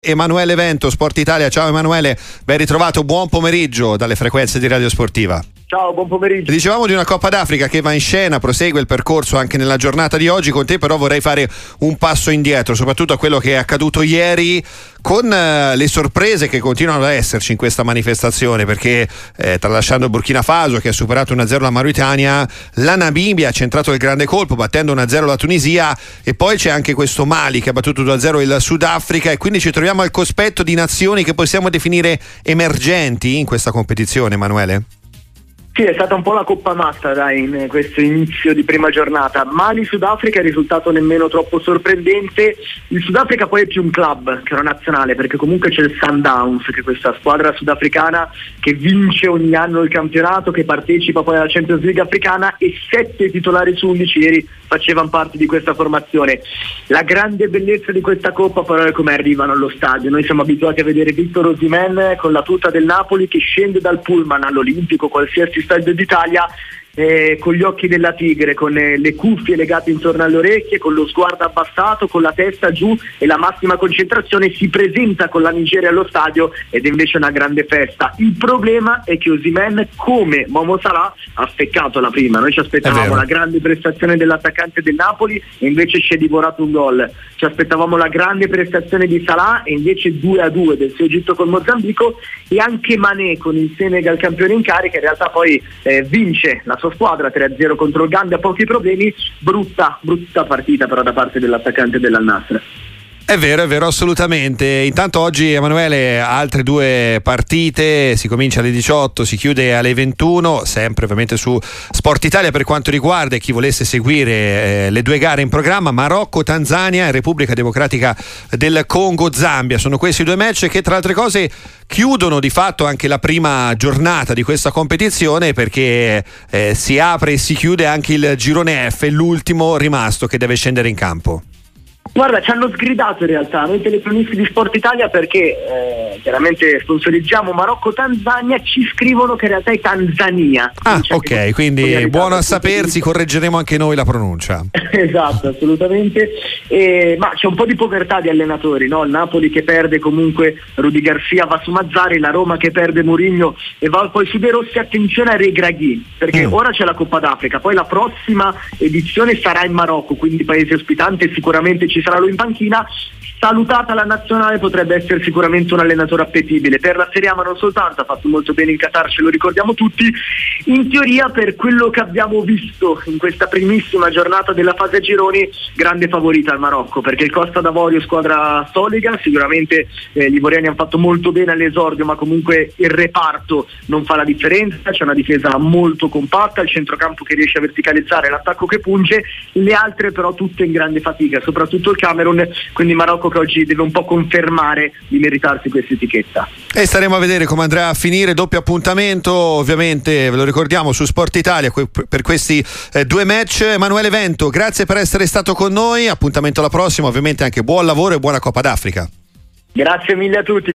Emanuele Vento, Sport Italia. Ciao Emanuele, ben ritrovato, buon pomeriggio dalle frequenze di Radio Sportiva. Ciao, buon pomeriggio. Dicevamo di una Coppa d'Africa che va in scena, prosegue il percorso anche nella giornata di oggi. Con te però vorrei fare un passo indietro, soprattutto a quello che è accaduto ieri, con le sorprese che continuano ad esserci in questa manifestazione, perché tralasciando il Burkina Faso che ha superato 1-0 la Mauritania, la Namibia ha centrato il grande colpo battendo 1-0 la Tunisia, e poi c'è anche questo Mali che ha battuto 2-0 il Sudafrica, e quindi ci troviamo al cospetto di nazioni che possiamo definire emergenti in questa competizione, Emanuele. Sì, è stata un po' la coppa matta in questo inizio di prima giornata. Mali-Sudafrica è risultato nemmeno troppo sorprendente. Il Sudafrica poi è più un club che una nazionale, perché comunque c'è il Sundowns, che è questa squadra sudafricana che vince ogni anno il campionato, che partecipa poi alla Champions League africana, e 7 titolari su 11 ieri facevano parte di questa formazione. La grande bellezza di questa coppa però è come arrivano allo stadio. Noi siamo abituati a vedere Victor Osimhen con la tuta del Napoli che scende dal pullman all'Olimpico, qualsiasi stadio d'Italia, con gli occhi della tigre, con le cuffie legate intorno alle orecchie, con lo sguardo abbassato, con la testa giù e la massima concentrazione, si presenta con la Nigeria allo stadio ed è invece una grande festa. Il problema è che Osimhen, come Momo Salah, ha peccato la prima. Noi ci aspettavamo la grande prestazione dell'attaccante del Napoli e invece ci è divorato un gol. Ci aspettavamo la grande prestazione di Salah e invece 2-2 del suo Egitto col Mozambico, e anche Mané con il Senegal campione in carica in realtà poi vince la sua squadra 3-0 contro il Gambia, pochi problemi. Brutta partita però da parte dell'attaccante dell'Al-Nassr. È vero, assolutamente. Intanto oggi, Emanuele, altre 2 partite, si comincia alle 18, si chiude alle 21, sempre ovviamente su Sport Italia per quanto riguarda chi volesse seguire le 2 gare in programma: Marocco-Tanzania e Repubblica Democratica del Congo-Zambia. Sono questi 2 match che, tra altre cose, chiudono di fatto anche la prima giornata di questa competizione, perché si apre e si chiude anche il girone F, l'ultimo rimasto che deve scendere in campo. Guarda, ci hanno sgridato in realtà noi telecronisti di Sport Italia, perché chiaramente sponsorizziamo Marocco-Tanzania, ci scrivono che in realtà è Tanzania. Ok, quindi buono a sapersi, correggeremo anche noi la pronuncia. Esatto, assolutamente. Ma c'è un po' di povertà di allenatori, no? Il Napoli che perde comunque Rudy Garcia, va su Mazzari, la Roma che perde Mourinho e va poi su De Rossi. Attenzione a Regragui, perché ora c'è la Coppa d'Africa, poi la prossima edizione sarà in Marocco, quindi paese ospitante, sicuramente ci sarà lui in panchina. Salutata la nazionale, potrebbe essere sicuramente un allenatore appetibile per la Serie A, ma non soltanto, ha fatto molto bene in Qatar, ce lo ricordiamo tutti. In teoria, per quello che abbiamo visto in questa primissima giornata della fase a gironi, grande favorita al Marocco, perché il Costa d'Avorio è squadra solida, sicuramente gli ivoriani hanno fatto molto bene all'esordio, ma comunque il reparto non fa la differenza, c'è una difesa molto compatta, il centrocampo che riesce a verticalizzare, l'attacco che punge, le altre però tutte in grande fatica, soprattutto il Camerun, quindi Marocco che oggi deve un po' confermare di meritarsi questa etichetta. E staremo a vedere come andrà a finire. Doppio appuntamento, ovviamente, ve lo ricordiamo, su Sport Italia per questi 2 match. Emanuele Vento, grazie per essere stato con noi, appuntamento alla prossima, ovviamente anche buon lavoro e buona Coppa d'Africa. Grazie mille a tutti.